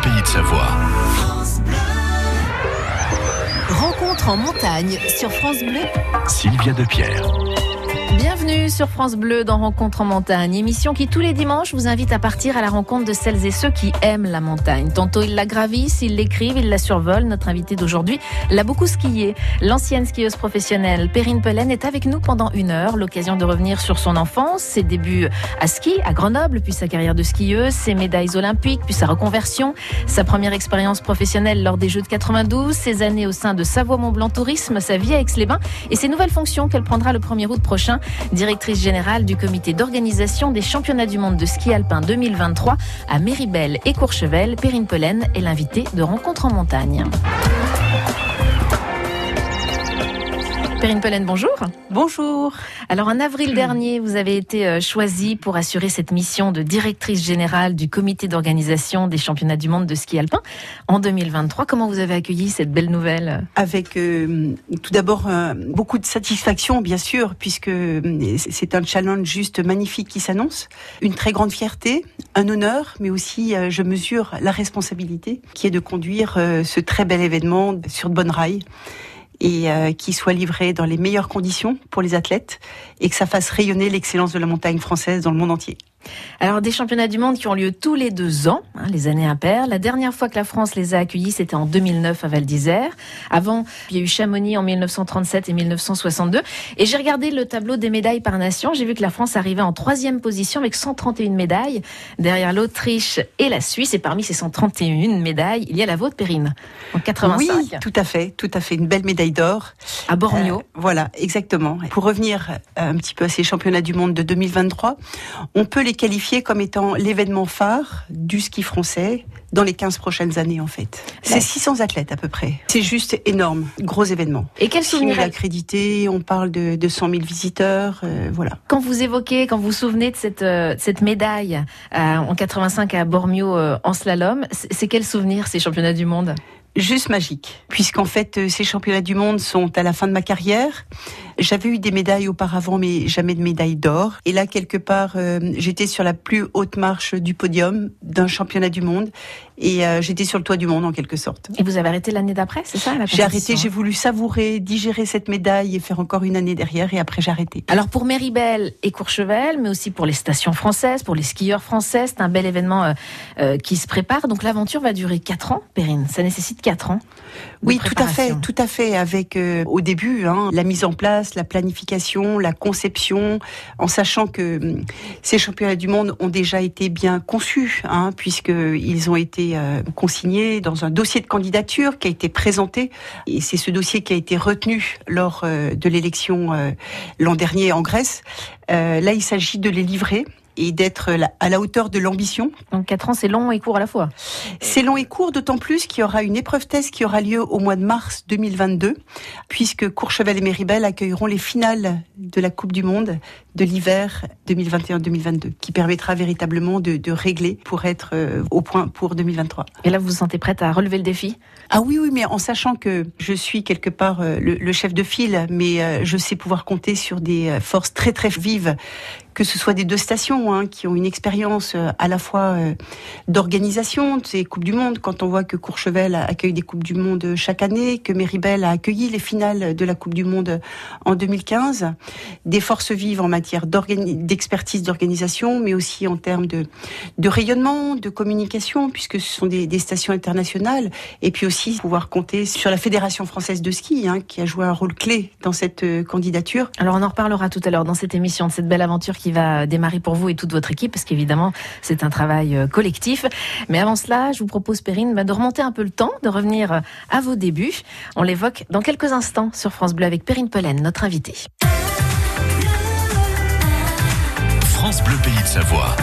Pays de Savoie. Rencontre en montagne sur France Bleu. Sylvia Depierre. Bienvenue sur France Bleu dans Rencontre en montagne, émission qui tous les dimanches vous invite à partir à la rencontre de celles et ceux qui aiment la montagne. Tantôt ils la gravissent, ils l'écrivent, ils la survolent. Notre invitée d'aujourd'hui l'a beaucoup skié. L'ancienne skieuse professionnelle Perrine Pelen est avec nous pendant 1 heure. L'occasion de revenir sur son enfance, ses débuts à ski à Grenoble, puis sa carrière de skieuse, ses médailles olympiques, puis sa reconversion, sa première expérience professionnelle lors des Jeux de 92, ses années au sein de Savoie-Mont-Blanc Tourisme, sa vie à Aix-les-Bains et ses nouvelles fonctions qu'elle prendra le 1er août prochain. Directrice générale du comité d'organisation des championnats du monde de ski alpin 2023 à Méribel et Courchevel, Perrine Pelen est l'invitée de Rencontre en montagne. Perrine Pelen, bonjour. Bonjour. Alors en avril dernier, vous avez été choisie pour assurer cette mission de directrice générale du comité d'organisation des championnats du monde de ski alpin en 2023. Comment vous avez accueilli cette belle nouvelle ? Avec tout d'abord beaucoup de satisfaction, bien sûr, puisque c'est un challenge juste magnifique qui s'annonce. Une très grande fierté, un honneur, mais aussi je mesure la responsabilité qui est de conduire ce très bel événement sur de bonnes rails. Et qui soit livré dans les meilleures conditions pour les athlètes et que ça fasse rayonner l'excellence de la montagne française dans le monde entier. Alors des championnats du monde qui ont lieu tous les 2 ans, les années impaires. La dernière fois que la France les a accueillis, c'était en 2009 à Val d'Isère. Avant, il y a eu Chamonix en 1937 et 1962. Et j'ai regardé le tableau des médailles par nation. J'ai vu que la France arrivait en 3e position avec 131 médailles, derrière l'Autriche et la Suisse. Et parmi ces 131 médailles, il y a la vôtre, Perrine, en 85. Oui, tout à fait. Une belle médaille d'or. À Bormio. Voilà, exactement. Pour revenir un petit peu à ces championnats du monde de 2023, on peut les qualifier comme étant l'événement phare du ski français dans les 15 prochaines années, en fait. C'est 600 athlètes à peu près. C'est juste énorme, gros événement. Et quel souvenir accrédité, on parle de 100 000 visiteurs, voilà. Quand vous souvenez de cette médaille en 85 à Bormio en slalom, c'est quel souvenir ces championnats du monde ? Juste magique, puisqu'en fait, ces championnats du monde sont à la fin de ma carrière. J'avais eu des médailles auparavant, mais jamais de médaille d'or. Et là, quelque part, j'étais sur la plus haute marche du podium d'un championnat du monde. Et j'étais sur le toit du monde, en quelque sorte. Et vous avez arrêté l'année d'après, c'est ça, la compétition ? J'ai arrêté, j'ai voulu savourer, digérer cette médaille et faire encore une année derrière. Et après, j'ai arrêté. Alors, pour Méribel et Courchevel, mais aussi pour les stations françaises, pour les skieurs français, c'est un bel événement qui se prépare. Donc, l'aventure va durer 4 ans, Perrine. Ça nécessite 4 ans. Oui, tout à fait. Avec au début, la mise en place, la planification, la conception, en sachant que ces championnats du monde ont déjà été bien conçus, puisqu'ils ont été consignés dans un dossier de candidature qui a été présenté. Et c'est ce dossier qui a été retenu lors de l'élection l'an dernier en Grèce. Là, il s'agit de les livrer et d'être à la hauteur de l'ambition. Donc 4 ans, c'est long et court à la fois. C'est long et court, d'autant plus qu'il y aura une épreuve test qui aura lieu au mois de mars 2022, puisque Courchevel et Méribel accueilleront les finales de la Coupe du Monde de l'hiver 2021-2022, qui permettra véritablement de régler pour être au point pour 2023. Et là, vous vous sentez prête à relever le défi ? Ah oui, mais en sachant que je suis quelque part le chef de file, mais je sais pouvoir compter sur des forces très très vives, que ce soit des 2 stations qui ont une expérience à la fois d'organisation de ces Coupes du Monde, quand on voit que Courchevel accueille des Coupes du Monde chaque année, que Méribel a accueilli les finales de la Coupe du Monde en 2015, des forces vives en matière d'expertise d'organisation, mais aussi en termes de rayonnement, de communication, puisque ce sont des stations internationales, et puis aussi pouvoir compter sur la Fédération française de ski, qui a joué un rôle clé dans cette candidature. Alors on en reparlera tout à l'heure dans cette émission, de cette belle aventure qui va démarrer pour vous et toute votre équipe, parce qu'évidemment, c'est un travail collectif. Mais avant cela, je vous propose, Perrine, de remonter un peu le temps, de revenir à vos débuts. On l'évoque dans quelques instants sur France Bleu avec Perrine Pelen, notre invitée. France Bleu Pays de Savoie.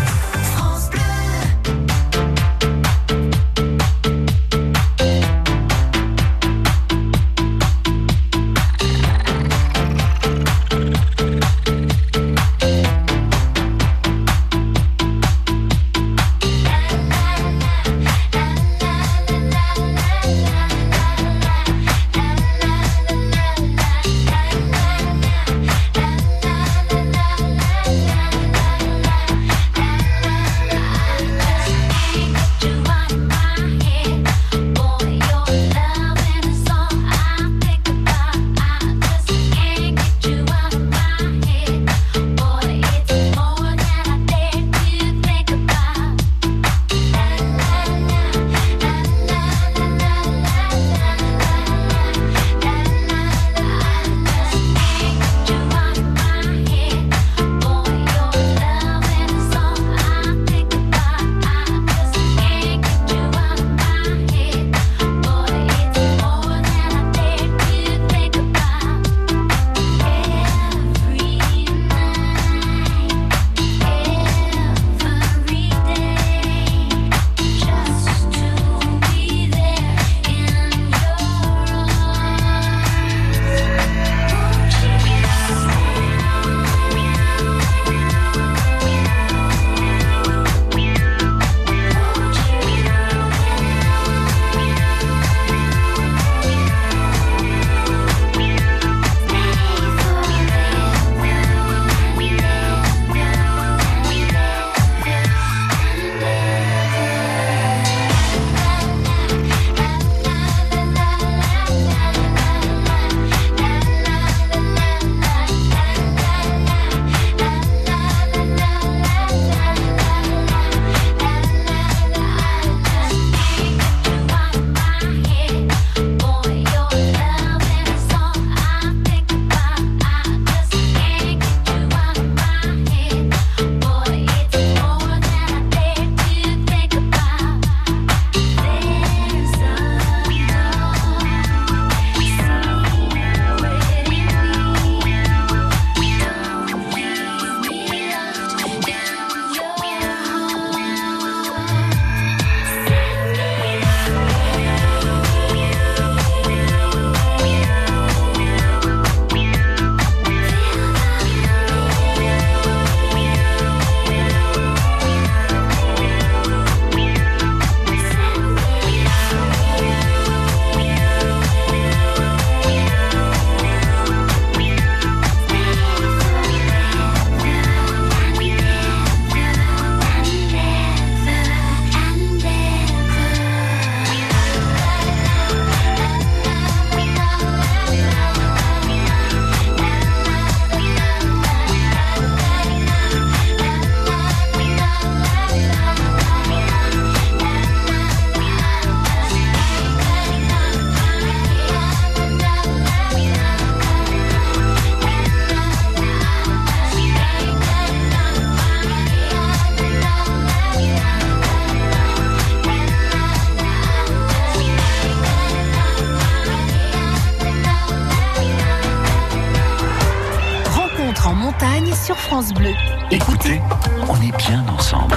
France Bleu. Écoutez, on est bien ensemble.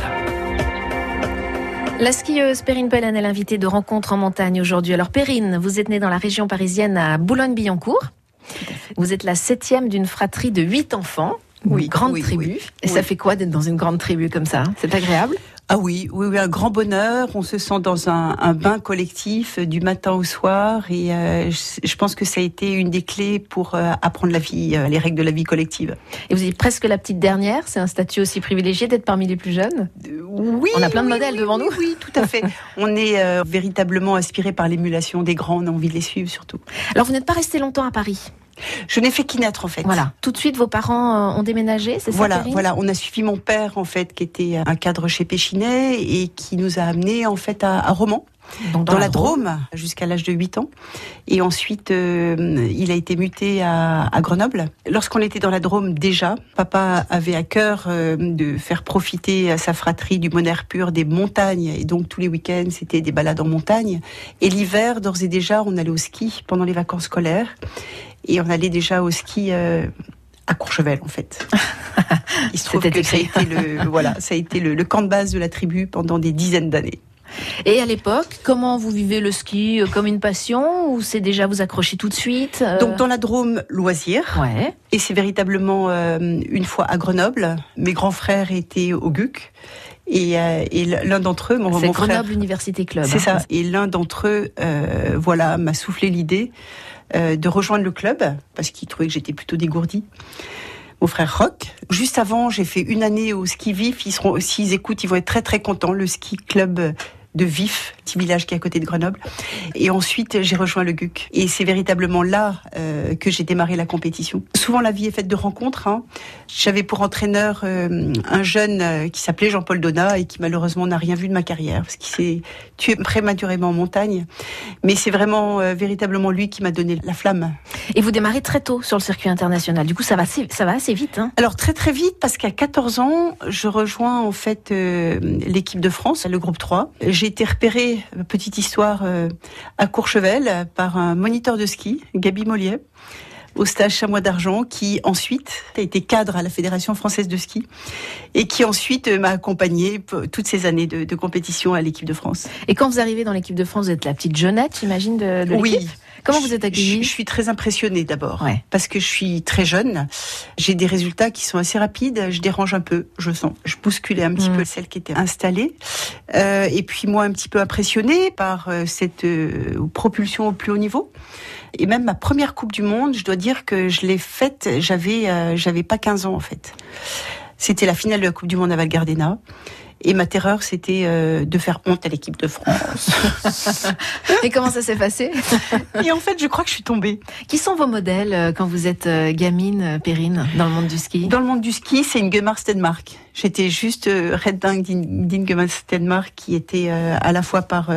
La skieuse Perrine Pellen est l'invitée de Rencontre en montagne aujourd'hui. Alors Perrine, vous êtes née dans la région parisienne à Boulogne-Billancourt. Vous êtes la 7e d'une fratrie de 8 enfants, une grande tribu. Et ça fait quoi d'être dans une grande tribu comme ça? C'est agréable? Ah oui, un grand bonheur. On se sent dans un bain collectif du matin au soir et je pense que ça a été une des clés pour apprendre la vie, les règles de la vie collective. Et vous êtes presque la petite dernière, c'est un statut aussi privilégié d'être parmi les plus jeunes? Oui. On a plein de modèles devant nous. Oui, tout à fait. On est véritablement inspiré par l'émulation des grands, on a envie de les suivre surtout. Alors vous n'êtes pas resté longtemps à Paris? Je n'ai fait qu'y naître en fait. Voilà. Tout de suite, vos parents ont déménagé, c'est ça? Voilà. On a suivi mon père en fait, qui était un cadre chez Péchinet et qui nous a amenés en fait à Romans. Donc dans la Drôme, jusqu'à l'âge de 8 ans. Et ensuite, il a été muté à Grenoble. Lorsqu'on était dans la Drôme, déjà, papa avait à cœur de faire profiter à sa fratrie du bon air pur des montagnes. Et donc, tous les week-ends, c'était des balades en montagne. Et l'hiver, d'ores et déjà, on allait au ski pendant les vacances scolaires. Et on allait déjà au ski à Courchevel, en fait. Il se trouve que ça a été le camp de base de la tribu pendant des dizaines d'années. Et à l'époque, comment vous vivez le ski? Comme une passion ou c'est déjà vous accrocher tout de suite? Donc dans la Drôme, loisir. Ouais. Et c'est véritablement une fois à Grenoble. Mes grands frères étaient au GUC. Et l'un d'entre eux, mon frère... C'est Grenoble Université Club. C'est ça. Et l'un d'entre eux, m'a soufflé l'idée de rejoindre le club parce qu'il trouvait que j'étais plutôt dégourdie. Mon frère Roch. Juste avant, j'ai fait une année au ski Vif. S'ils écoutent, ils vont être très très contents. Le ski club de Vif, petit village qui est à côté de Grenoble. Et ensuite, j'ai rejoint le GUC. Et c'est véritablement là que j'ai démarré la compétition. Souvent, la vie est faite de rencontres. J'avais pour entraîneur un jeune qui s'appelait Jean-Paul Donat et qui malheureusement n'a rien vu de ma carrière parce qu'il s'est tué prématurément en montagne. Mais c'est vraiment véritablement lui qui m'a donné la flamme. Et vous démarrez très tôt sur le circuit international. Du coup, ça va assez vite. Alors très très vite parce qu'à 14 ans, je rejoins en fait l'équipe de France, le groupe 3. J'ai été repérée, petite histoire, à Courchevel par un moniteur de ski, Gaby Mollier, au stage Chamois d'Argent, qui ensuite a été cadre à la Fédération française de ski et qui ensuite m'a accompagnée toutes ces années de compétition à l'équipe de France. Et quand vous arrivez dans l'équipe de France, vous êtes la petite jeunette, j'imagine, de l'équipe? Oui. Comment vous êtes accueillie? Je suis très impressionnée d'abord, parce que je suis très jeune. J'ai des résultats qui sont assez rapides. Je dérange un peu, je sens. Je bousculais un petit peu celle qui était installée. Et puis moi, un petit peu impressionnée par cette propulsion au plus haut niveau. Et même ma première Coupe du Monde, je dois dire que je l'ai faite, j'avais pas 15 ans en fait. C'était la finale de la Coupe du Monde à Val Gardena. Et ma terreur, c'était de faire honte à l'équipe de France. Et comment ça s'est passé? Et en fait, je crois que je suis tombée. Qui sont vos modèles quand vous êtes gamine, Perrine, dans le monde du ski? Dans le monde du ski, c'est Ingemar Stenmark. J'étais juste red dingue d'Ingemar Stenmark, qui était à la fois par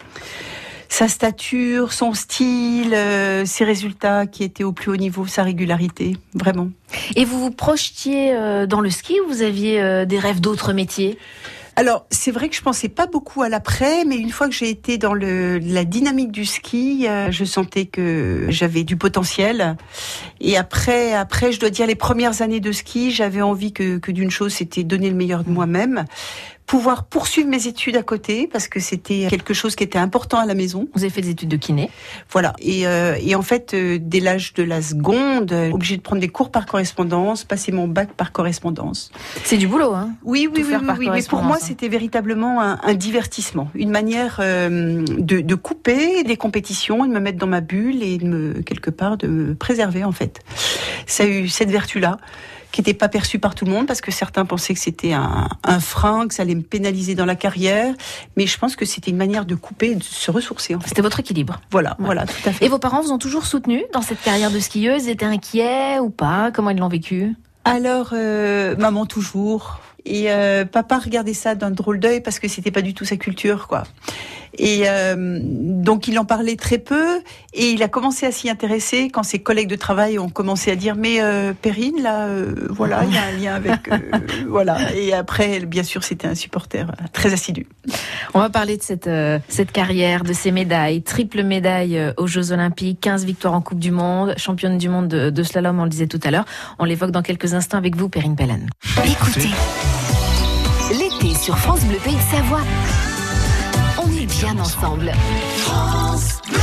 sa stature, son style, ses résultats qui étaient au plus haut niveau, sa régularité, vraiment. Et vous vous projetiez dans le ski ou vous aviez des rêves d'autres métiers? Alors, c'est vrai que je pensais pas beaucoup à l'après, mais une fois que j'ai été dans la dynamique du ski, je sentais que j'avais du potentiel. Et après, je dois dire, les premières années de ski, j'avais envie que d'une chose, c'était donner le meilleur de moi-même. Pouvoir poursuivre mes études à côté, parce que c'était quelque chose qui était important à la maison. Vous avez fait des études de kiné? Voilà. Et en fait, dès l'âge de la seconde, obligée de prendre des cours par correspondance, passer mon bac par correspondance. C'est du boulot, hein? Oui. Mais pour moi, c'était véritablement un divertissement. Une manière de couper des compétitions, de me mettre dans ma bulle et quelque part, de me préserver, en fait. Ça a eu cette vertu-là, qui n'était pas perçue par tout le monde, parce que certains pensaient que c'était un frein, que ça allait me pénaliser dans la carrière. Mais je pense que c'était une manière de couper, de se ressourcer. En fait. C'était votre équilibre. Voilà, tout à fait. Et vos parents vous ont toujours soutenu dans cette carrière de skieuse? Ils étaient inquiets ou pas? Comment ils l'ont vécu? Alors, maman toujours. Et papa regardait ça d'un drôle d'œil parce que c'était pas du tout sa culture, quoi. Et donc il en parlait très peu et il a commencé à s'y intéresser quand ses collègues de travail ont commencé à dire mais Perrine là voilà il y a un lien avec voilà. Et après bien sûr c'était un supporter très assidu. On va parler de cette carrière, de ces médailles, triple médaille aux Jeux Olympiques, 15 victoires en Coupe du Monde, championne du monde de slalom, on le disait tout à l'heure. On l'évoque dans quelques instants avec vous, Perrine Pellen. Écoutez, l'été sur France Bleu Pays de Savoie. On est bien ensemble. France Bleu.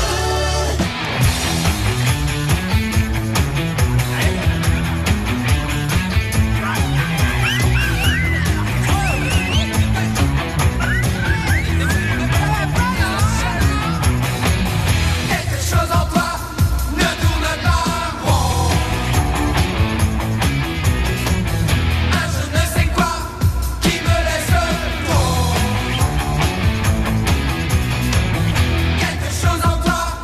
Quelque chose en toi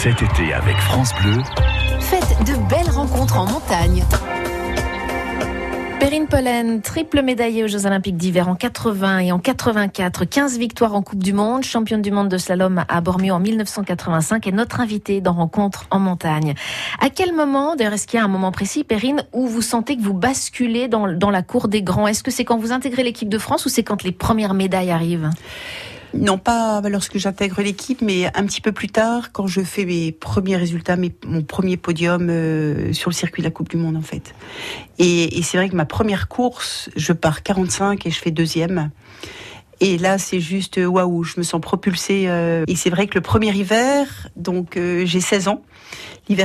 Cet été avec France Bleu, Faites de belles rencontres en montagne. Perrine Pollen, triple médaillée aux Jeux Olympiques d'hiver en 80 et en 84, 15 victoires en Coupe du Monde, championne du monde de slalom à Bormio en 1985 et notre invitée dans Rencontres en montagne. À quel moment, d'ailleurs, est-ce qu'il y a un moment précis, Perrine, où vous sentez que vous basculez dans la cour des grands? Est-ce que c'est quand vous intégrez l'équipe de France ou c'est quand les premières médailles arrivent? Non, pas lorsque j'intègre l'équipe, mais un petit peu plus tard, quand je fais mes premiers résultats, mon premier podium sur le circuit de la Coupe du Monde, en fait. Et c'est vrai que ma première course, je pars 45 et je fais deuxième. Et là, c'est juste waouh, je me sens propulsée. Et c'est vrai que le premier hiver, donc j'ai 16 ans, l'hiver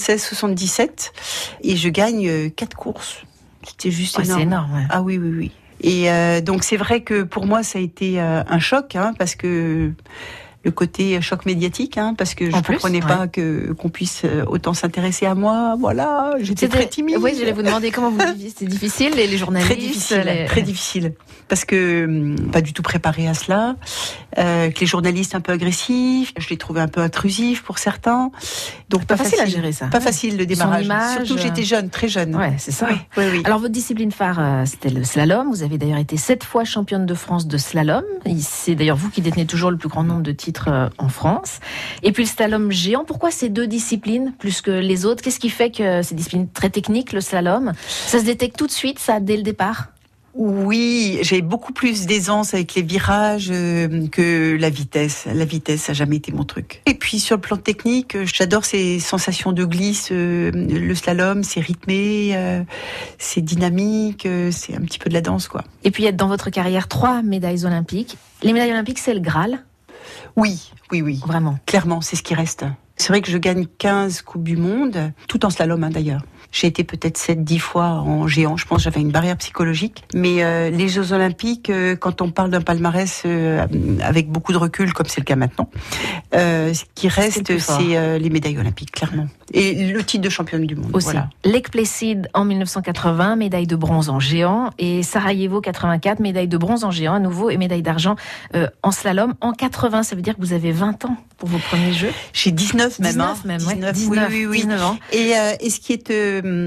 76-77, et je gagne 4 courses. C'était juste énorme. C'est énorme, ouais. Ah oui. Et donc c'est vrai que pour moi ça a été un choc, parce que le côté choc médiatique, parce que je ne comprenais pas qu'on puisse autant s'intéresser à moi. Voilà, j'étais très timide. Oui, j'allais vous demander comment vous viviez. C'était difficile, et les journalistes. Très difficile, parce que pas du tout préparé à cela. Que les journalistes un peu agressifs, je les trouvais un peu intrusifs pour certains. Donc pas facile à gérer ça. Pas facile le démarrage. Image, surtout que j'étais jeune, très jeune. Ouais, c'est ça. Oui. Alors votre discipline phare, c'était le slalom. Vous avez d'ailleurs été 7 fois championne de France de slalom. C'est d'ailleurs vous qui détenez toujours le plus grand nombre de titres en France. Et puis le slalom géant. Pourquoi ces deux disciplines plus que les autres? Qu'est-ce qui fait que ces disciplines très techniques, le slalom, ça se détecte tout de suite, ça, dès le départ? Oui, j'ai beaucoup plus d'aisance avec les virages que la vitesse. La vitesse, ça n'a jamais été mon truc. Et puis sur le plan technique, j'adore ces sensations de glisse. Le slalom, c'est rythmé, c'est dynamique, c'est un petit peu de la danse, quoi. Et puis il y a dans votre carrière 3 médailles olympiques. Les médailles olympiques, c'est le Graal? Oui. Vraiment. Clairement, c'est ce qui reste. C'est vrai que je gagne 15 Coupes du Monde, tout en slalom d'ailleurs. J'ai été peut-être 7-10 fois en géant, je pense que j'avais une barrière psychologique. Mais les Jeux Olympiques, quand on parle d'un palmarès avec beaucoup de recul, comme c'est le cas maintenant, ce qui reste, c'est les médailles olympiques, clairement. Et le titre de championne du monde. Aussi. Voilà. Lake Placid en 1980, médaille de bronze en géant. Et Sarajevo 84, médaille de bronze en géant à nouveau et médaille d'argent en slalom. En 80, ça veut dire que vous avez 20 ans pour vos premiers Jeux? J'ai 19 même. 19, oui. 19 ans. Et ce qui est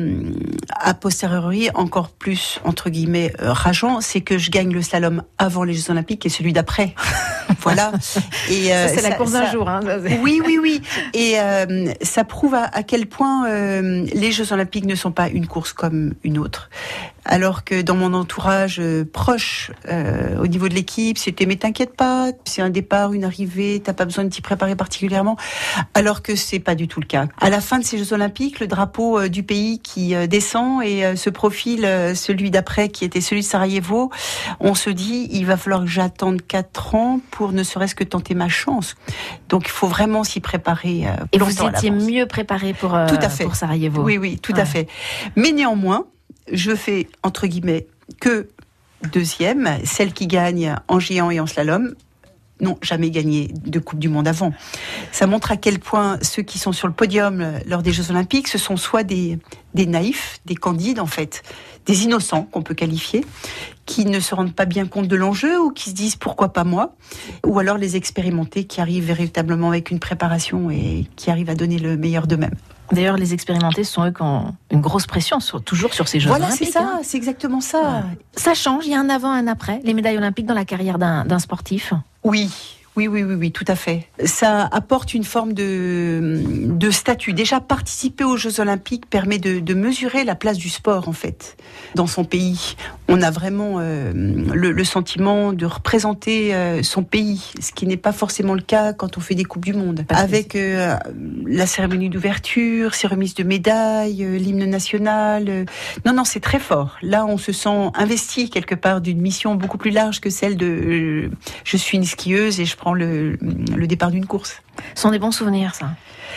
a posteriori encore plus, entre guillemets, rageant, c'est que je gagne le slalom avant les Jeux Olympiques et celui d'après. Voilà. Et c'est la course d'un jour. Oui. Et ça prouve à quel point les Jeux Olympiques ne sont pas une course comme une autre. Alors que dans mon entourage proche, au niveau de l'équipe, c'était mais t'inquiète pas, c'est un départ, une arrivée, t'as pas besoin de t'y préparer particulièrement. Alors que c'est pas du tout le cas. À la fin de ces Jeux Olympiques, le drapeau du pays qui descend et se profile celui d'après qui était celui de Sarajevo, on se dit il va falloir que j'attende 4 ans pour ne serait-ce que tenter ma chance. Donc il faut vraiment s'y préparer. Et vous étiez mieux préparé pour Sarajevo. Oui, tout à fait. Mais néanmoins, je fais, entre guillemets, que deuxième. Celle qui gagne en géant et en slalom n'ont jamais gagné de Coupe du Monde avant. Ça montre à quel point ceux qui sont sur le podium lors des Jeux Olympiques, ce sont soit des naïfs, des candides en fait, des innocents qu'on peut qualifier, qui ne se rendent pas bien compte de l'enjeu ou qui se disent pourquoi pas moi, ou alors les expérimentés qui arrivent véritablement avec une préparation et qui arrivent à donner le meilleur d'eux-mêmes. D'ailleurs, les expérimentés sont eux qui ont une grosse pression toujours sur ces Jeux Olympiques. Voilà, c'est ça, c'est exactement ça. Ouais. Ça change, il y a un avant, un après, les médailles olympiques dans la carrière d'un sportif? Oui, tout à fait. Ça apporte une forme de statut. Déjà, participer aux Jeux Olympiques permet de mesurer la place du sport, en fait, dans son pays. On a vraiment le sentiment de représenter son pays, ce qui n'est pas forcément le cas quand on fait des Coupes du Monde. Avec la cérémonie d'ouverture, ces remises de médailles, l'hymne national. Non, c'est très fort. Là, on se sent investi quelque part d'une mission beaucoup plus large que celle de je suis une skieuse et je prends le départ d'une course. Ce sont des bons souvenirs, ça.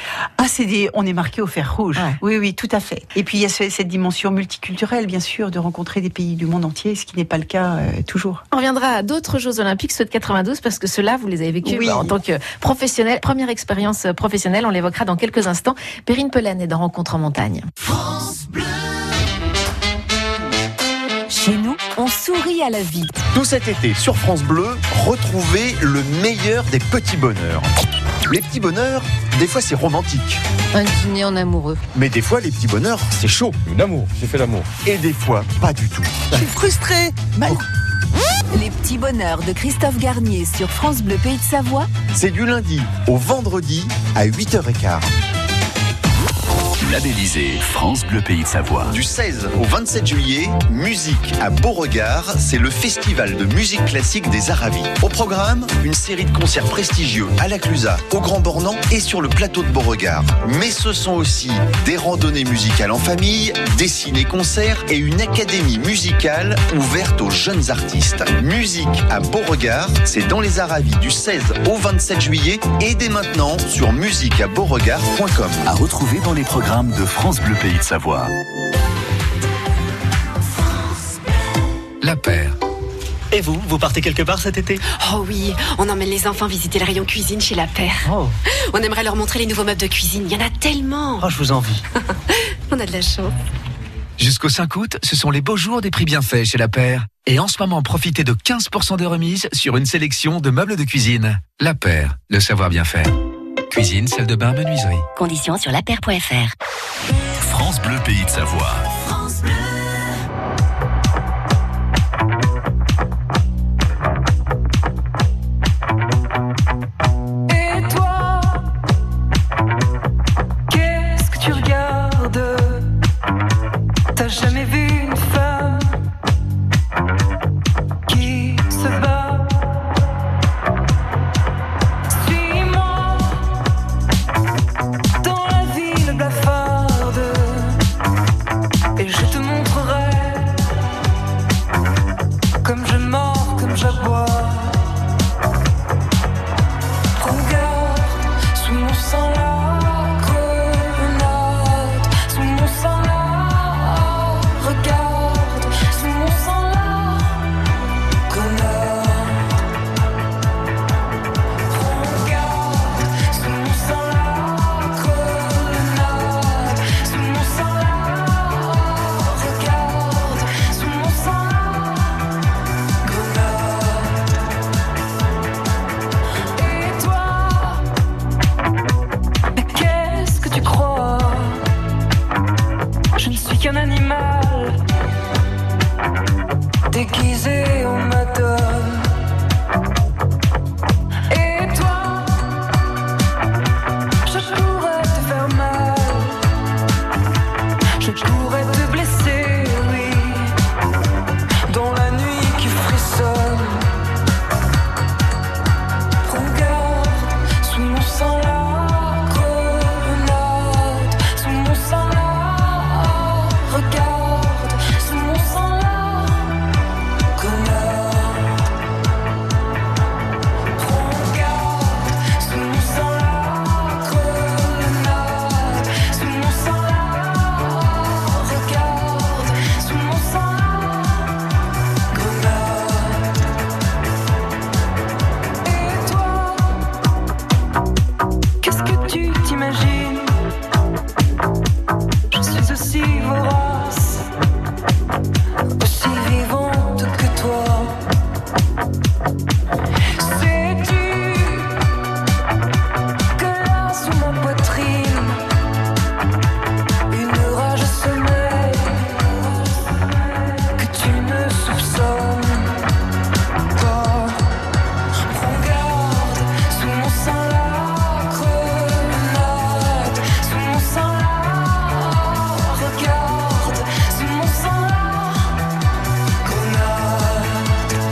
On est marqué au fer rouge. Ouais. Oui, tout à fait. Et puis il y a cette dimension multiculturelle, bien sûr, de rencontrer des pays du monde entier, ce qui n'est pas le cas toujours. On reviendra à d'autres Jeux Olympiques, ceux de 92, parce que ceux-là, vous les avez vécus en tant que professionnel. Première expérience professionnelle, on l'évoquera dans quelques instants. Perrine Pollen est dans Rencontres en montagne. France Bleu. Chez nous, on sourit à la vie. Tout cet été sur France Bleu, retrouvez le meilleur des petits bonheurs. Les petits bonheurs Des fois, c'est romantique. Un dîner en amoureux. Mais des fois, les petits bonheurs, c'est chaud. L'amour, j'ai fait l'amour. Et des fois, pas du tout. Je suis frustrée. Les petits bonheurs de Christophe Garnier sur France Bleu Pays de Savoie. C'est du lundi au vendredi à 8h15. Labellisé France Bleu Pays de Savoie. Du 16 au 27 juillet, Musique à Beauregard, c'est le festival de musique classique des Aravis. Au programme, une série de concerts prestigieux à la Clusaz, au Grand Bornand et sur le plateau de Beauregard. Mais ce sont aussi des randonnées musicales en famille, des ciné-concerts et une académie musicale ouverte aux jeunes artistes. Musique à Beauregard, c'est dans les Aravis du 16 au 27 juillet et dès maintenant sur musiqueabeauregard.com. À retrouver dans les programmes de France Bleu Pays de Savoie. La Paire. Et vous partez quelque part cet été? Oh oui, on emmène les enfants visiter le rayon cuisine chez La Paire. Oh. On aimerait leur montrer les nouveaux meubles de cuisine, il y en a tellement. Oh, je vous envie. On a de la chance. Jusqu'au 5 août, ce sont les beaux jours des prix bienfaits chez La Paire. Et en ce moment, profitez de 15% de remise sur une sélection de meubles de cuisine. La Paire, le savoir bien faire. Cuisine, salle de bain, menuiserie. Conditions sur lapaire.fr. France Bleu Pays de Savoie. Et toi, qu'est-ce que tu regardes? T'as jamais vu une femme qui se bat? Suis-moi dans la ville blafarde et je te montrerai comme je mords, comme j'aboie. Regarde, sous mon sang la grenade, sous mon sang la, regarde, sous mon sang la grenade. Regarde, sous mon sang la grenade, sous mon sang la, regarde, sous mon sang la grenade. Et toi, mais qu'est-ce que tu crois? Je ne suis qu'un animal déguisé en madone. Et toi, je pourrais te faire mal, je pourrais te blesser, oui, dans la nuit qui frissonne. Regarde, sous mon sang la grenade, sous mon sang la, regarde, sous mon sang la grenade. Regarde, sous mon sang la grenade, sous mon sang la, regarde, sous mon sang la grenade. Et toi, qu'est-ce que tu t'imagines? Je suis aussi vorace, aussi vivante que toi. Sais-tu que là sous ma poitrine, une rage sommeille que tu ne soupçonnes pas? Regarde, sous mon sang la grenade, sous mon sang la, regarde, sous mon sang la grenade.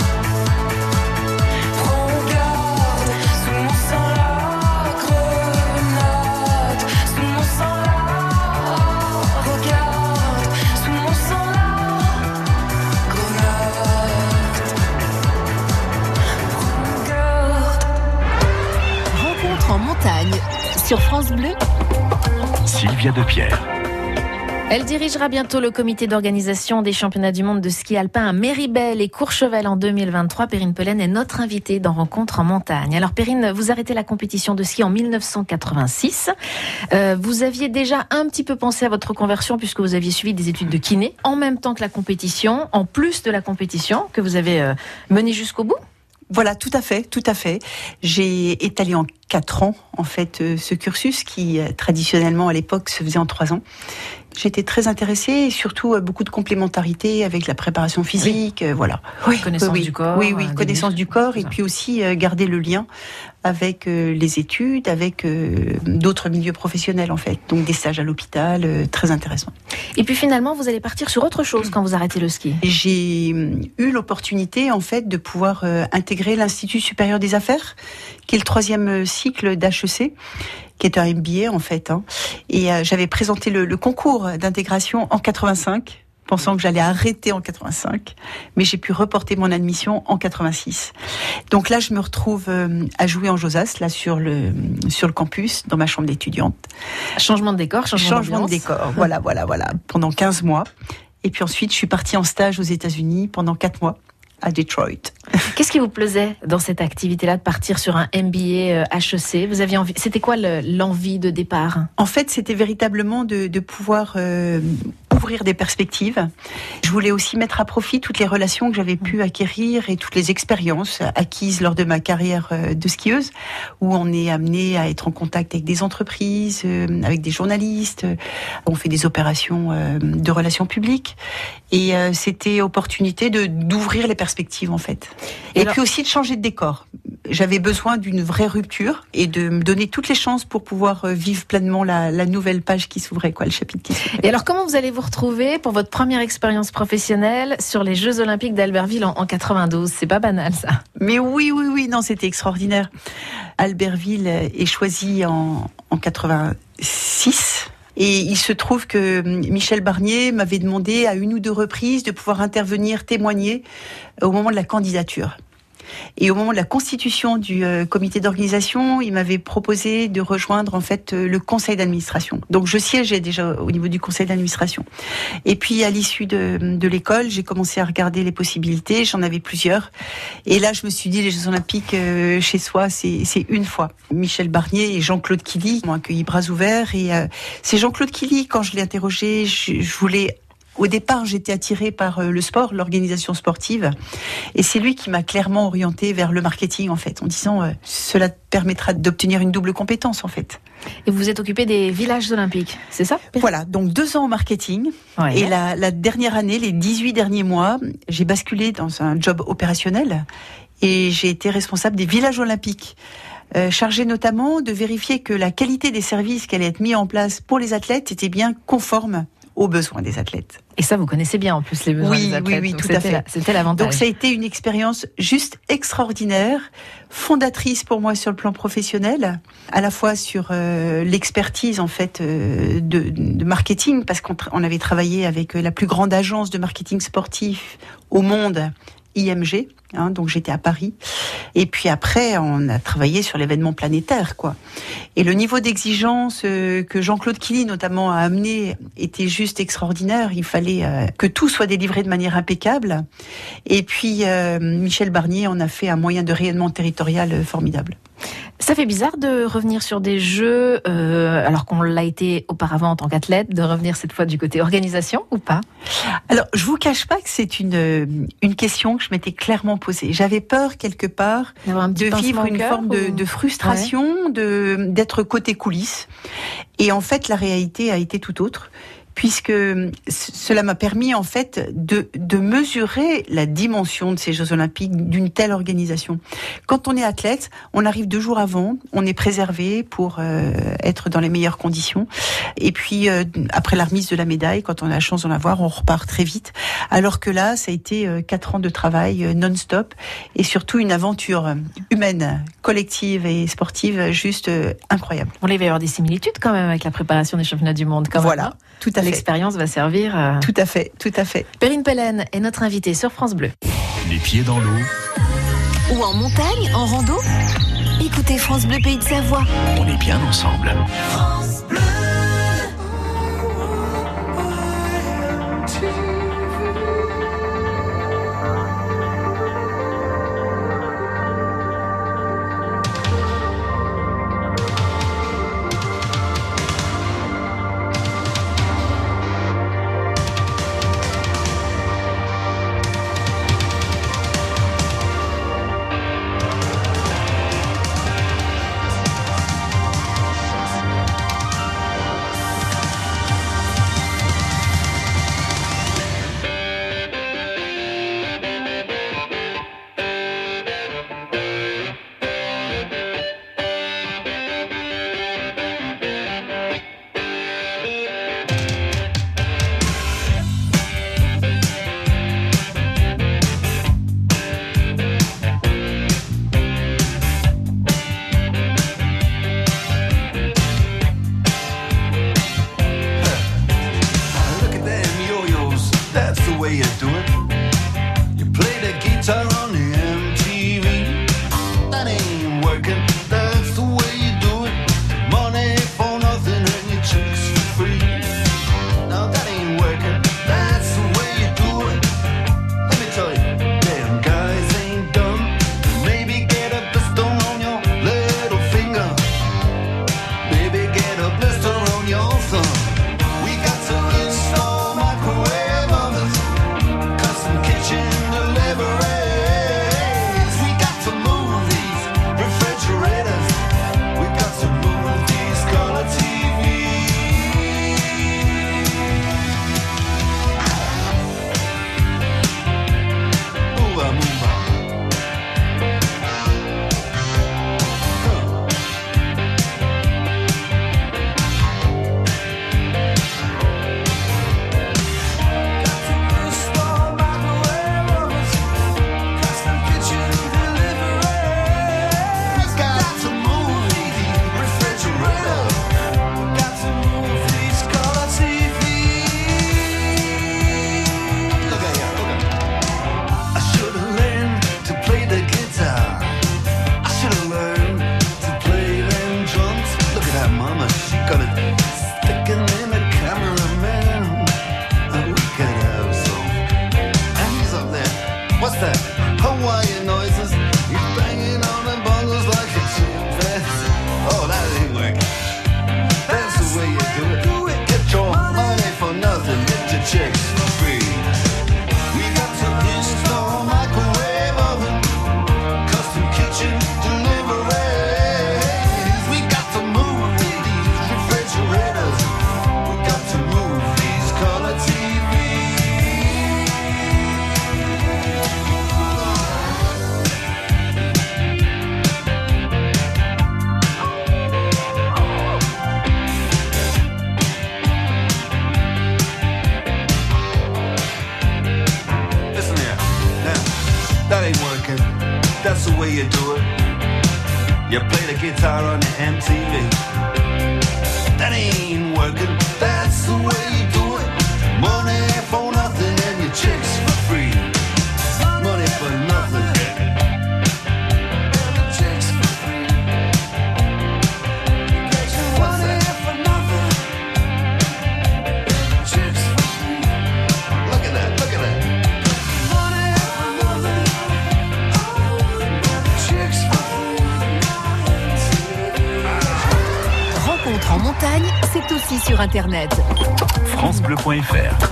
Regarde, sous mon sang la grenade, sous mon sang la, regarde, sous mon sang la grenade. Regarde. Rencontre en montagne sur France Bleu. Sylvia Depierre. Elle dirigera bientôt le comité d'organisation des championnats du monde de ski alpin à Méribel et Courchevel en 2023. Perrine Pelen est notre invitée dans Rencontre en montagne. Alors Perrine, vous arrêtez la compétition de ski en 1986. Vous aviez déjà un petit peu pensé à votre conversion puisque vous aviez suivi des études de kiné en même temps que la compétition, en plus de la compétition que vous avez menée jusqu'au bout. Voilà, tout à fait, tout à fait. J'ai étalé en 4 ans, en fait, ce cursus qui, traditionnellement, à l'époque, se faisait en 3 ans. J'étais très intéressée et surtout beaucoup de complémentarité avec la préparation physique, voilà. Connaissance du corps. Oui, connaissance du corps et puis aussi garder le lien avec les études, avec d'autres milieux professionnels en fait. Donc des stages à l'hôpital, très intéressant. Et puis finalement, vous allez partir sur autre chose quand vous arrêtez le ski. J'ai eu l'opportunité en fait de pouvoir intégrer l'Institut supérieur des affaires, qui est le 3e cycle d'HEC, qui est un MBA en fait. Et j'avais présenté le concours d'intégration en 85, pensant que j'allais arrêter en 85, mais j'ai pu reporter mon admission en 86. Donc là, je me retrouve à jouer en Josas, là sur le campus, dans ma chambre d'étudiante. Changement de décor, changement de décor. Voilà, pendant 15 mois. Et puis ensuite, je suis partie en stage aux États-Unis pendant 4 mois. À Detroit. Qu'est-ce qui vous plaisait dans cette activité-là de partir sur un MBA HEC? Vous aviez envie. C'était quoi l'envie de départ? En fait, c'était véritablement de pouvoir ouvrir des perspectives. Je voulais aussi mettre à profit toutes les relations que j'avais pu acquérir et toutes les expériences acquises lors de ma carrière de skieuse, où on est amené à être en contact avec des entreprises, avec des journalistes. On fait des opérations de relations publiques. Et c'était opportunité d'ouvrir les perspectives en fait. Et puis aussi de changer de décor. J'avais besoin d'une vraie rupture et de me donner toutes les chances pour pouvoir vivre pleinement la nouvelle page qui s'ouvrait, le chapitre qui s'ouvrait. Et alors comment vous allez vous retrouver pour votre première expérience professionnelle sur les Jeux Olympiques d'Albertville en 92? C'est pas banal ça. Mais oui, non, c'était extraordinaire. Albertville est choisi en 86. Et il se trouve que Michel Barnier m'avait demandé à 1 ou 2 reprises de pouvoir intervenir, témoigner au moment de la candidature. Et au moment de la constitution du comité d'organisation, il m'avait proposé de rejoindre en fait le conseil d'administration. Donc je siégeais déjà au niveau du conseil d'administration. Et puis à l'issue de l'école, j'ai commencé à regarder les possibilités. J'en avais plusieurs. Et là, je me suis dit, les Jeux Olympiques chez soi, c'est une fois. Michel Barnier et Jean-Claude Killy m'ont accueilli bras ouverts. Et c'est Jean-Claude Killy, quand je l'ai interrogé, je voulais... Au départ, j'étais attirée par le sport, l'organisation sportive, et c'est lui qui m'a clairement orientée vers le marketing, en fait, en disant cela permettra d'obtenir une double compétence, en fait. Et vous vous êtes occupée des villages olympiques, c'est ça? Voilà, donc 2 ans au marketing, et la dernière année, les 18 derniers mois, j'ai basculé dans un job opérationnel, et j'ai été responsable des villages olympiques. Chargée notamment de vérifier que la qualité des services qui allaient être mis en place pour les athlètes était bien conforme aux besoins des athlètes. Et ça, vous connaissez bien en plus les besoins des athlètes. Oui, tout à fait. C'était l'avantage. Donc ça a été une expérience juste extraordinaire, fondatrice pour moi sur le plan professionnel, à la fois sur l'expertise en fait de marketing, parce qu'on avait travaillé avec la plus grande agence de marketing sportif au monde, IMG, donc j'étais à Paris. Et puis après, on a travaillé sur l'événement planétaire, Et le niveau d'exigence que Jean-Claude Killy, notamment, a amené était juste extraordinaire. Il fallait que tout soit délivré de manière impeccable. Et puis, Michel Barnier en a fait un moyen de rayonnement territorial formidable. Ça fait bizarre de revenir sur des jeux, alors qu'on l'a été auparavant en tant qu'athlète, de revenir cette fois du côté organisation ou pas? Alors, je vous cache pas que c'est une question que je m'étais clairement posée. J'avais peur quelque part de vivre une forme de frustration, d'être côté coulisses. Et en fait, la réalité a été tout autre. Puisque cela m'a permis en fait de mesurer la dimension de ces Jeux Olympiques, d'une telle organisation. Quand on est athlète, on arrive 2 jours avant, on est préservé pour être dans les meilleures conditions. Et puis après la remise de la médaille, quand on a la chance d'en avoir, on repart très vite. Alors que là, ça a été 4 ans de travail non-stop et surtout une aventure humaine, collective et sportive juste incroyable. On va y avoir des similitudes quand même avec la préparation des championnats du monde. Voilà, tout à fait. L'expérience va servir. Tout à fait, tout à fait. Perrine Pellen est notre invitée sur France Bleu. Les pieds dans l'eau. Ou en montagne, en rando. Écoutez France Bleu Pays de Savoie. On est bien ensemble. France Bleu. that mama, she gonna stick him in the cameraman. And we could have some. And he's up there. What's that? Hawaiian noises. He's banging on the bongos like a chimpanzee. Oh, that ain't working. That's the way you do it. Get your money for nothing. Get your chicks for free. We got to install microwave oven, custom kitchen deliveries. We got to move these refrigerators. We got to move these color TVs. Listen here, now, that ain't working. That's the way you do it. You play the guitar on the MTV. That ain't working. That's the way you do it. Money for nothing and your chicks for free. Money for nothing. Chicks for free. Money for nothing. Chicks for free. Look at that, look at that. Money for nothing. Chicks for free. Rencontre en montagne, c'est aussi sur Internet. francebleu.fr.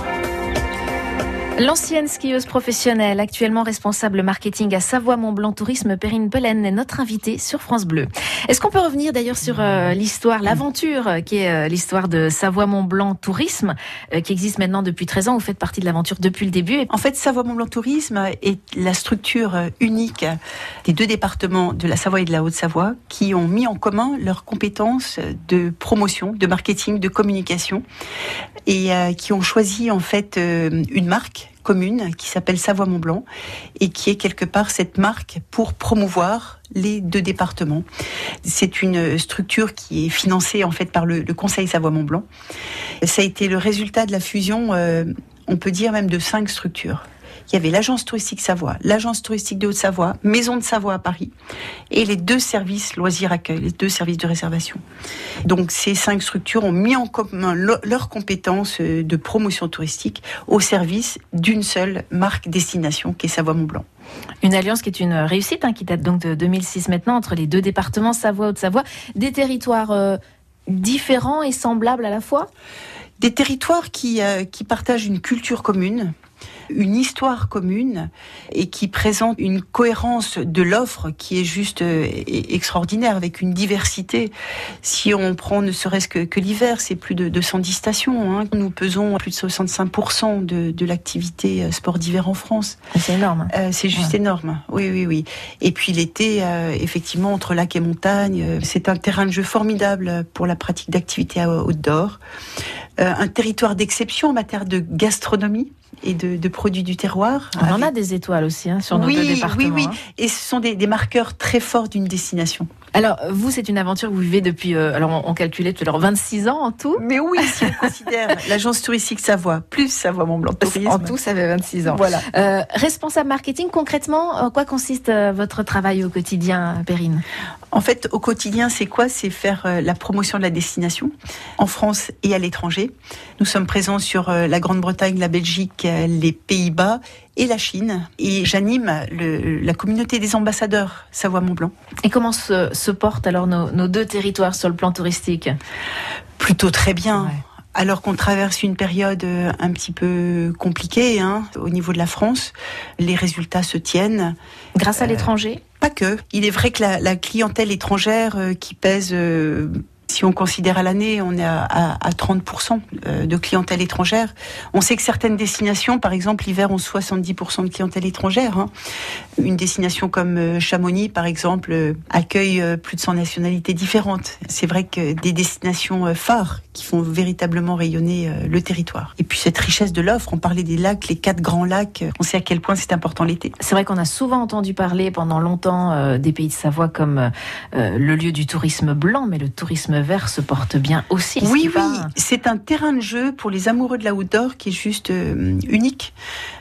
L'ancienne skieuse professionnelle, actuellement responsable marketing à Savoie-Mont-Blanc Tourisme, Perrine Pelen, est notre invitée sur France Bleu. Est-ce qu'on peut revenir d'ailleurs sur l'histoire, l'aventure qui est l'histoire de Savoie-Mont-Blanc Tourisme, qui existe maintenant depuis 13 ans. Vous faites partie de l'aventure depuis le début. En fait, Savoie-Mont-Blanc Tourisme est la structure unique des deux départements de la Savoie et de la Haute-Savoie qui ont mis en commun leurs compétences de promotion, de marketing, de communication et qui ont choisi en fait une marque commune qui s'appelle Savoie-Mont-Blanc et qui est quelque part cette marque pour promouvoir les deux départements. C'est une structure qui est financée en fait par le Conseil Savoie-Mont-Blanc. Ça a été le résultat de la fusion, on peut dire même de 5 structures. Il y avait l'agence touristique Savoie, l'agence touristique de Haute-Savoie, Maison de Savoie à Paris et les 2 services loisirs accueil, les 2 services de réservation. Donc ces 5 structures ont mis en commun leurs compétences de promotion touristique au service d'une seule marque destination qui est Savoie-Mont-Blanc. Une alliance qui est une réussite, qui date donc de 2006 maintenant, entre les 2 départements Savoie, Haute-Savoie, des territoires différents et semblables à la fois. Des territoires qui partagent une culture commune, une histoire commune et qui présente une cohérence de l'offre qui est juste extraordinaire, avec une diversité. Si on prend ne serait-ce que l'hiver, c'est plus de 110 stations. Nous pesons plus de 65% de l'activité sport d'hiver en France. C'est énorme. C'est juste énorme, oui. Et puis l'été, effectivement, entre lac et montagne, c'est un terrain de jeu formidable pour la pratique d'activités outdoor. Un territoire d'exception en matière de gastronomie et de produits du terroir. On en a des étoiles aussi sur nos 2 départements. Oui. Et ce sont des marqueurs très forts d'une destination. Alors, vous, c'est une aventure que vous vivez depuis, on calculait tout à l'heure, 26 ans en tout. Mais oui, si on considère l'agence touristique Savoie, plus Savoie-Mont-Blanc Tourisme. En tout, ça fait 26 ans. Voilà. Responsable marketing, concrètement, en quoi consiste votre travail au quotidien, Perrine ? En fait, au quotidien, c'est quoi ? C'est faire la promotion de la destination en France et à l'étranger. Nous sommes présents sur la Grande-Bretagne, la Belgique, les Pays-Bas et la Chine. Et j'anime la communauté des ambassadeurs Savoie-Mont-Blanc. Et comment se portent alors nos 2 territoires sur le plan touristique ? Plutôt très bien. Ouais. Alors qu'on traverse une période un petit peu compliquée au niveau de la France, les résultats se tiennent. Grâce à l'étranger ? Pas que. Il est vrai que la clientèle étrangère qui pèse... Si on considère à l'année, on est à 30% de clientèle étrangère. On sait que certaines destinations, par exemple l'hiver, ont 70% de clientèle étrangère. Une destination comme Chamonix, par exemple, accueille plus de 100 nationalités différentes. C'est vrai que des destinations phares qui font véritablement rayonner le territoire. Et puis cette richesse de l'offre, on parlait des lacs, les 4 grands lacs, on sait à quel point c'est important l'été. C'est vrai qu'on a souvent entendu parler pendant longtemps des Pays de Savoie comme le lieu du tourisme blanc, mais le tourisme vert se porte bien aussi. Oui, c'est un terrain de jeu pour les amoureux de la outdoor qui est juste unique.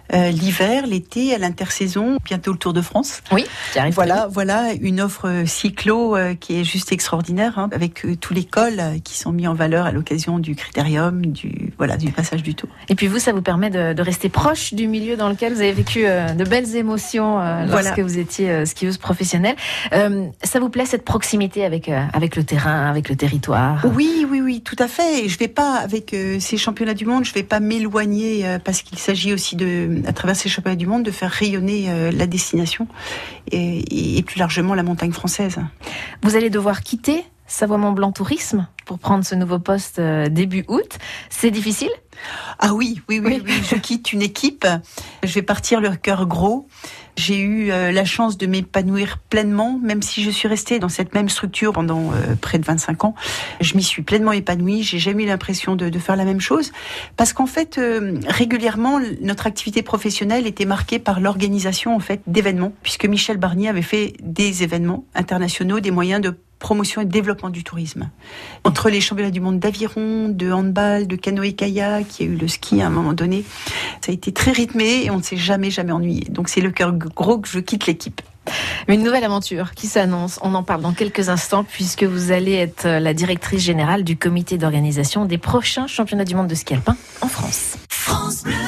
l'hiver, l'été, à l'intersaison, bientôt le Tour de France. Oui, qui arrive. Voilà une offre cyclo qui est juste extraordinaire, hein, avec tous les cols qui sont mis en valeur à l'occasion du critérium, du passage du Tour. Et puis vous, ça vous permet de rester proche du milieu dans lequel vous avez vécu de belles émotions lorsque vous étiez skieuse professionnelle. Ça vous plaît cette proximité avec le terrain, avec le territoire? Oui, tout à fait. Et je vais pas, avec ces championnats du monde, je vais pas m'éloigner parce qu'il s'agit aussi à travers ces championnats du monde, de faire rayonner la destination et plus largement la montagne française. Vous allez devoir quitter Savoie-Mont-Blanc Tourisme pour prendre ce nouveau poste début août. C'est difficile? Ah oui. Je quitte une équipe. Je vais partir le cœur gros. J'ai eu la chance de m'épanouir pleinement, même si je suis restée dans cette même structure pendant près de 25 ans. Je m'y suis pleinement épanouie. J'ai jamais eu l'impression de faire la même chose, parce qu'en fait, régulièrement, notre activité professionnelle était marquée par l'organisation en fait d'événements, puisque Michel Barnier avait fait des événements internationaux, des moyens de promotion et développement du tourisme. Entre les championnats du monde d'aviron, de handball, de canoë-kayak, il y a eu le ski à un moment donné. Ça a été très rythmé et on ne s'est jamais ennuyé. Donc c'est le cœur gros que je quitte l'équipe. Une nouvelle aventure qui s'annonce, on en parle dans quelques instants, puisque vous allez être la directrice générale du comité d'organisation des prochains championnats du monde de ski alpin en France. France Bleu.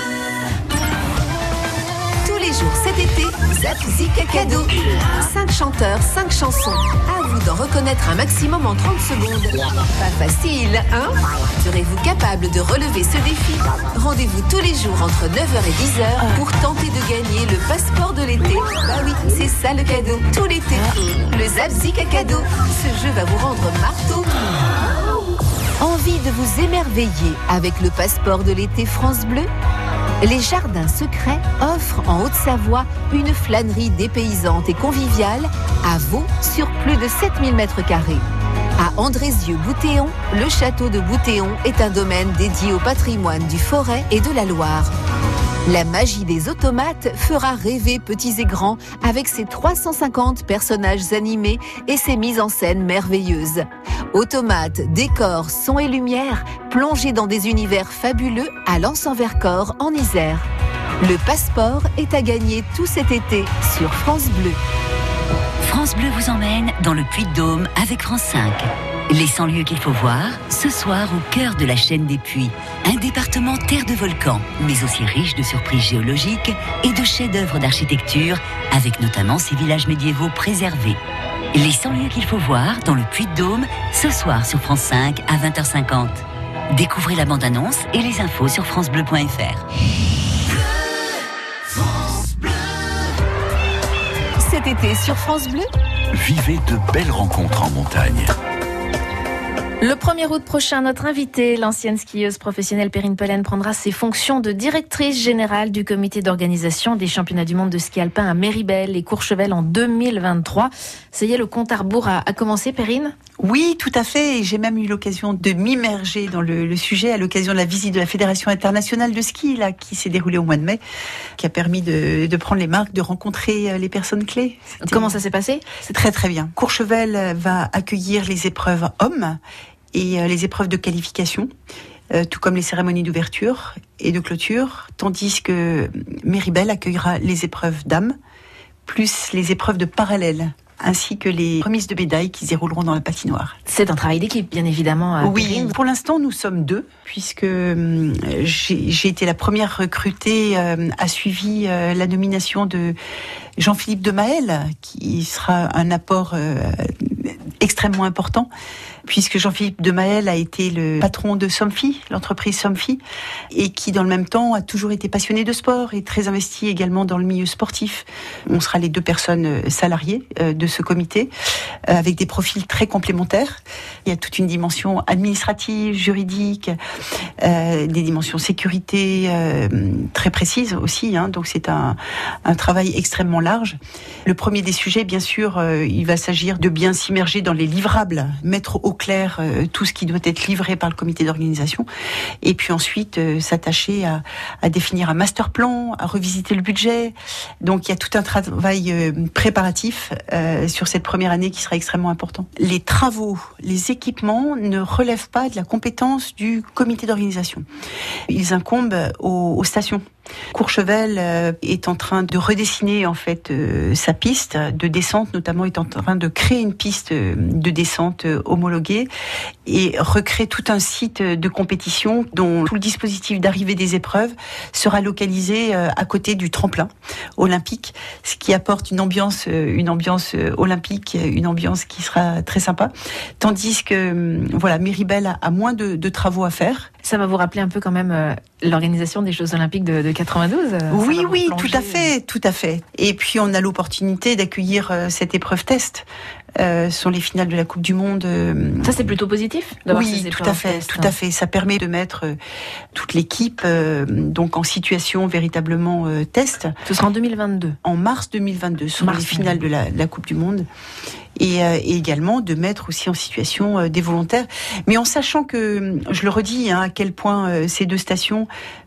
Tous les jours cet été, Zap Zik Cadeau. 5 chanteurs, 5 chansons. À vous d'en reconnaître un maximum en 30 secondes. Pas facile, hein? Serez-vous capable de relever ce défi? Rendez-vous tous les jours entre 9h et 10h pour tenter de gagner le passeport de l'été. Bah oui, c'est ça le cadeau, tout l'été. Le Zap Zik Cadeau. Ce jeu va vous rendre marteau. Envie de vous émerveiller avec le passeport de l'été France Bleu? Les Jardins Secrets offrent en Haute-Savoie une flânerie dépaysante et conviviale à Vaud sur plus de 7000 m². À Andrézieux-Boutéon, le château de Boutéon est un domaine dédié au patrimoine du Forêt et de la Loire. La magie des automates fera rêver petits et grands avec ses 350 personnages animés et ses mises en scène merveilleuses. Automates, décors, sons et lumière plongés dans des univers fabuleux à Lens-en-Vercors en Isère. Le passeport est à gagner tout cet été sur France Bleu. France Bleu vous emmène dans le Puy-de-Dôme avec France 5. Les 100 lieux qu'il faut voir, ce soir au cœur de la chaîne des Puys. Un département terre de volcans, mais aussi riche de surprises géologiques et de chefs-d'œuvre d'architecture, avec notamment ses villages médiévaux préservés. Les 100 lieux qu'il faut voir dans le Puy-de-Dôme, ce soir sur France 5 à 20h50. Découvrez la bande-annonce et les infos sur francebleu.fr. Cet été sur France Bleu, vivez de belles rencontres en montagne. Le 1er août prochain, notre invitée, l'ancienne skieuse professionnelle Perrine Pelen, prendra ses fonctions de directrice générale du comité d'organisation des championnats du monde de ski alpin à Méribel et Courchevel en 2023. Ça y est, le compte à rebours a commencé, Perrine? Oui, tout à fait. Et j'ai même eu l'occasion de m'immerger dans le sujet à l'occasion de la visite de la Fédération internationale de ski, là, qui s'est déroulée au mois de mai, qui a permis de prendre les marques, de rencontrer les personnes clés. Comment ça s'est passé? C'est très très bien. Courchevel va accueillir les épreuves hommes et les épreuves de qualification, tout comme les cérémonies d'ouverture et de clôture, tandis que Méribel accueillera les épreuves dames, plus les épreuves de parallèle, ainsi que les remises de médailles qui se dérouleront dans la patinoire. C'est un travail d'équipe, bien évidemment. Oui, Perrine. pour l'instant, nous sommes 2, puisque j'ai été la première recrutée, a suivi la nomination de Jean-Philippe de Maël, qui sera un apport extrêmement important, puisque Jean-Philippe de Maël a été le patron de Somfy, l'entreprise Somfy, et qui, dans le même temps, a toujours été passionné de sport et très investi également dans le milieu sportif. On sera les 2 personnes salariées de ce comité, avec des profils très complémentaires. Il y a toute une dimension administrative, juridique, des dimensions sécurité très précises aussi, hein, donc c'est un travail extrêmement large. Le premier des sujets, bien sûr, il va s'agir de bien s'immerger dans les livrables, mettre au clair tout ce qui doit être livré par le comité d'organisation, et puis ensuite s'attacher à définir un master plan, à revisiter le budget. Donc il y a tout un travail préparatif sur cette première année qui sera extrêmement important. Les travaux, les équipements ne relèvent pas de la compétence du comité d'organisation. Ils incombent aux stations. Courchevel est en train de redessiner en fait sa piste de descente, notamment est en train de créer une piste de descente homologuée et recréer tout un site de compétition dont tout le dispositif d'arrivée des épreuves sera localisé à côté du tremplin olympique, ce qui apporte une ambiance olympique, une ambiance qui sera très sympa. Tandis que voilà, Méribel a moins de travaux à faire. Ça va vous rappeler un peu quand même l'organisation des Jeux Olympiques de 92. Oui, tout à fait. Et puis on a l'opportunité d'accueillir cette épreuve test. Sur les finales de la Coupe du Monde. Ça c'est plutôt positif d'avoir ces épreuves test. Tout à fait. Ça permet de mettre toute l'équipe donc en situation véritablement test. Ce sera en 2022. En mars 2022 sur les finales de la Coupe du Monde. Et également de mettre aussi en situation des volontaires, mais en sachant que, je le redis, à quel point ces deux stations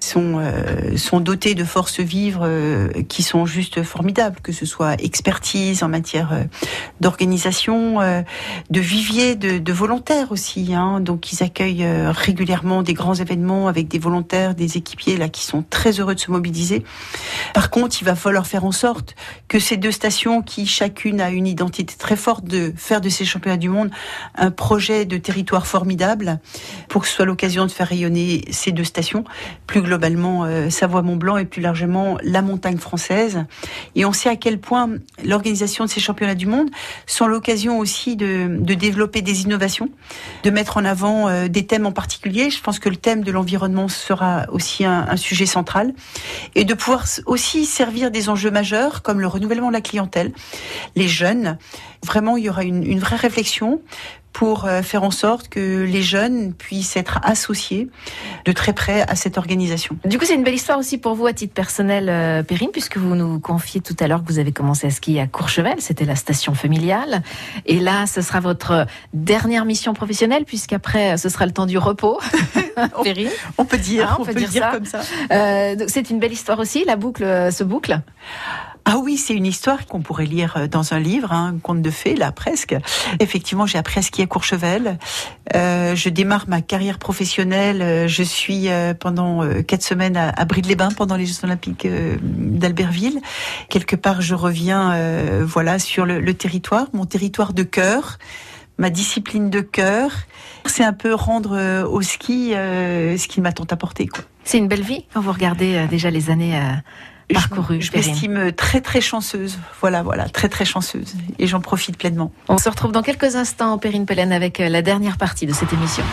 sont dotées de forces vives qui sont juste formidables, que ce soit expertise en matière d'organisation, de vivier de volontaires aussi. Donc ils accueillent régulièrement des grands événements avec des volontaires, des équipiers là qui sont très heureux de se mobiliser. Par contre, il va falloir faire en sorte que ces deux stations, qui chacune a une identité très forte, de faire de ces championnats du monde un projet de territoire formidable pour que ce soit l'occasion de faire rayonner ces deux stations, plus globalement Savoie-Mont-Blanc et plus largement la montagne française. Et on sait à quel point l'organisation de ces championnats du monde sont l'occasion aussi de développer des innovations, de mettre en avant des thèmes en particulier. Je pense que le thème de l'environnement sera aussi un sujet central, et de pouvoir aussi servir des enjeux majeurs comme le renouvellement de la clientèle, les jeunes. Vraiment, il y aura une vraie réflexion pour faire en sorte que les jeunes puissent être associés de très près à cette organisation. Du coup, c'est une belle histoire aussi pour vous à titre personnel, Perrine, puisque vous nous confiez tout à l'heure que vous avez commencé à skier à Courchevel, c'était la station familiale. Et là, ce sera votre dernière mission professionnelle, puisqu'après, ce sera le temps du repos. Perrine, on peut dire, on peut dire ça comme ça. Donc c'est une belle histoire aussi, la boucle se boucle. Ah oui, c'est une histoire qu'on pourrait lire dans un livre, un conte de fées, là, presque. Effectivement, j'ai appris à skier à Courchevel. Je démarre ma carrière professionnelle. Je suis pendant 4 semaines à Bride-les-Bains pendant les Jeux Olympiques d'Albertville. Quelque part, je reviens sur le territoire, mon territoire de cœur, ma discipline de cœur. C'est un peu rendre au ski ce qu'il m'a tant apporté, quoi. C'est une belle vie quand vous regardez déjà les années parcourues. Je m'estime très très chanceuse. Voilà, très très chanceuse. Et j'en profite pleinement. On se retrouve dans quelques instants, Perrine Pelen, avec la dernière partie de cette émission.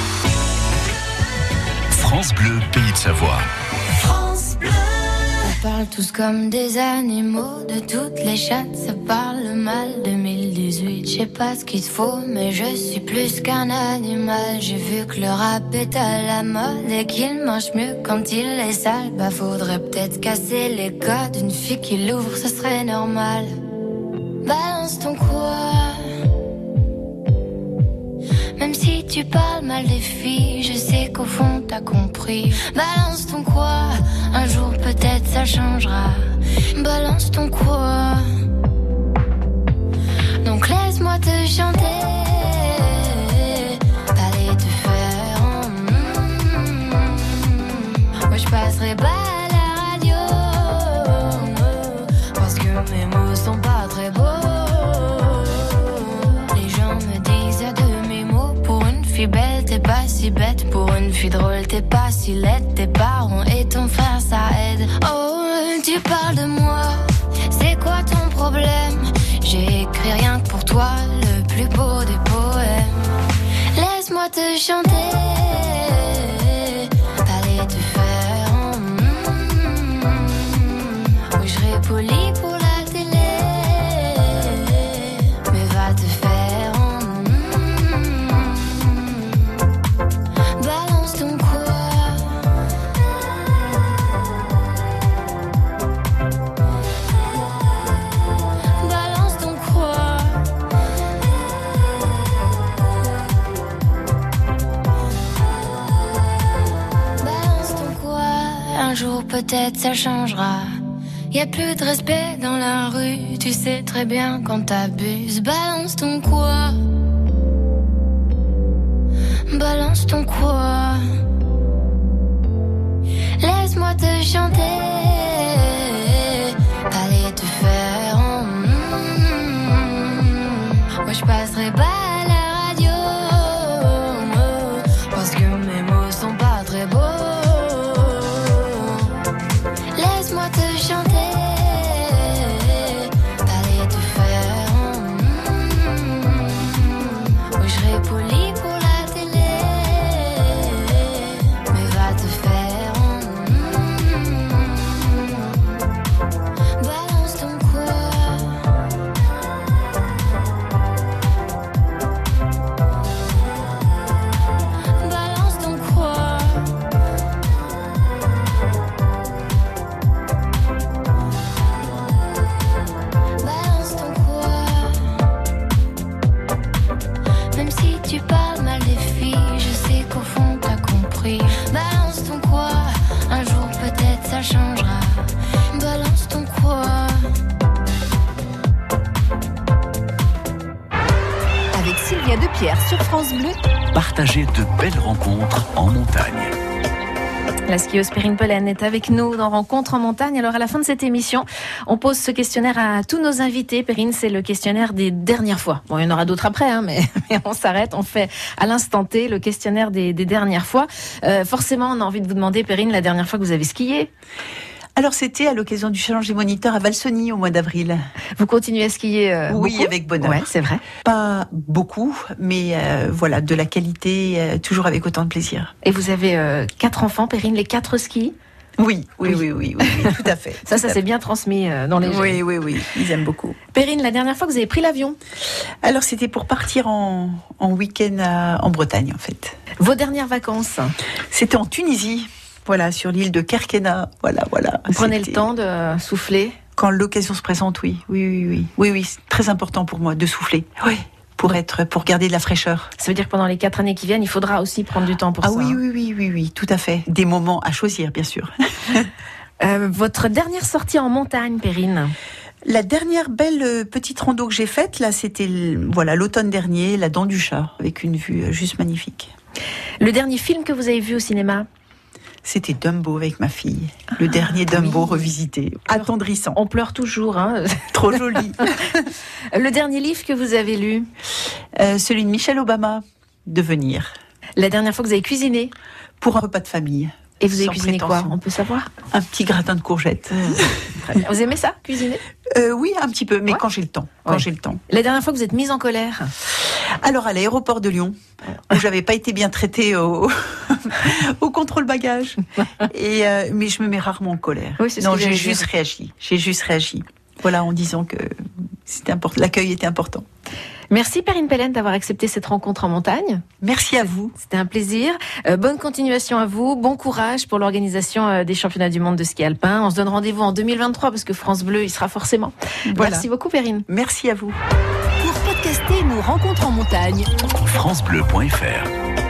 France Bleu, Pays de Savoie. France Bleu. On parle tous comme des animaux, de toutes les chattes, ça parle mal. 2018, je sais pas ce qu'il te faut, mais je suis plus qu'un animal. J'ai vu que le rap est à la mode et qu'il mange mieux quand il est sale. Bah faudrait peut-être casser les codes, une fille qui l'ouvre, ce serait normal. Balance ton quoi. Même si tu parles mal des filles, je sais qu'au fond t'as compris. Balance ton quoi, un jour peut-être ça changera. Balance ton quoi. Donc laisse-moi te chanter, aller te faire Moi je passerai pas à la radio, parce que mes mots sont pas très beaux. Les gens me disent à demi-mot, pour une fille belle t'es pas si bête, pour une fille drôle t'es pas si laide. Tes parents et ton frère ça aide. Oh, tu parles de moi, c'est quoi ton problème? J'ai écrit rien que pour toi, le plus beau des poèmes. Laisse-moi te chanter, aller te faire Oui, je serai poli pour la télé, mais va te faire balance ton quoi. Balance ton quoi. Balance ton quoi. Un jour peut-être ça changera. Y a plus de respect dans la rue, tu sais très bien quand t'abuses. Balance ton quoi. Balance ton quoi. Laisse-moi te chanter. Saint-Pierre sur France Bleu. Partagez de belles rencontres en montagne. La skieuse Perrine Pelen est avec nous dans Rencontre en montagne. Alors à la fin de cette émission, on pose ce questionnaire à tous nos invités. Perrine, c'est le questionnaire des dernières fois. Bon, il y en aura d'autres après, mais on s'arrête. On fait à l'instant T le questionnaire des dernières fois. Forcément, on a envie de vous demander, Perrine, la dernière fois que vous avez skié. Alors c'était à l'occasion du Challenge des moniteurs à Valsony au mois d'avril. Vous continuez à skier Oui, beaucoup avec bonheur. Ouais, c'est vrai. Pas beaucoup, mais voilà, de la qualité, toujours avec autant de plaisir. Et vous avez 4 enfants, Perrine, les 4 skis? Oui, tout à fait. Ça s'est bien transmis dans les jeunes. Oui, ils aiment beaucoup. Perrine, la dernière fois que vous avez pris l'avion? Alors c'était pour partir en week-end en Bretagne en fait. Vos dernières vacances? C'était en Tunisie. Voilà, sur l'île de Kerkena. Voilà. Vous prenez le temps de souffler? Quand l'occasion se présente, oui. Oui, c'est très important pour moi de souffler. Oui. Pour garder de la fraîcheur. Ça veut dire que pendant les 4 années qui viennent, il faudra aussi prendre du temps pour ça. Oui, tout à fait. Des moments à choisir, bien sûr. Votre dernière sortie en montagne, Perrine? La dernière belle petite rando que j'ai faite, là, c'était l'automne dernier, la Dent du Chat, avec une vue juste magnifique. Le dernier film que vous avez vu au cinéma? C'était Dumbo avec ma fille. Le dernier Dumbo revisité. Attendrissant. On pleure toujours, hein. Trop joli. Le dernier livre que vous avez lu? Celui de Michelle Obama, Devenir. La dernière fois que vous avez cuisiné? Pour un repas de famille. Et vous avez cuisiné quoi? On peut savoir? Un petit gratin de courgettes. Très bien. Vous aimez ça, cuisiner? Oui, un petit peu, mais quand j'ai le temps. La dernière fois que vous êtes mise en colère? Alors à l'aéroport de Lyon, où j'avais pas été bien traitée au contrôle bagages. Mais je me mets rarement en colère. Oui, c'est ce que j'ai juste réagi. Voilà, en disant que c'était important, l'accueil était important. Merci Perrine Pelen d'avoir accepté cette rencontre en montagne. Merci à vous. C'était un plaisir. Bonne continuation à vous. Bon courage pour l'organisation des championnats du monde de ski alpin. On se donne rendez-vous en 2023 parce que France Bleu y sera forcément. Voilà. Merci beaucoup Perrine. Merci à vous. Pour podcaster nos rencontres en montagne, francebleu.fr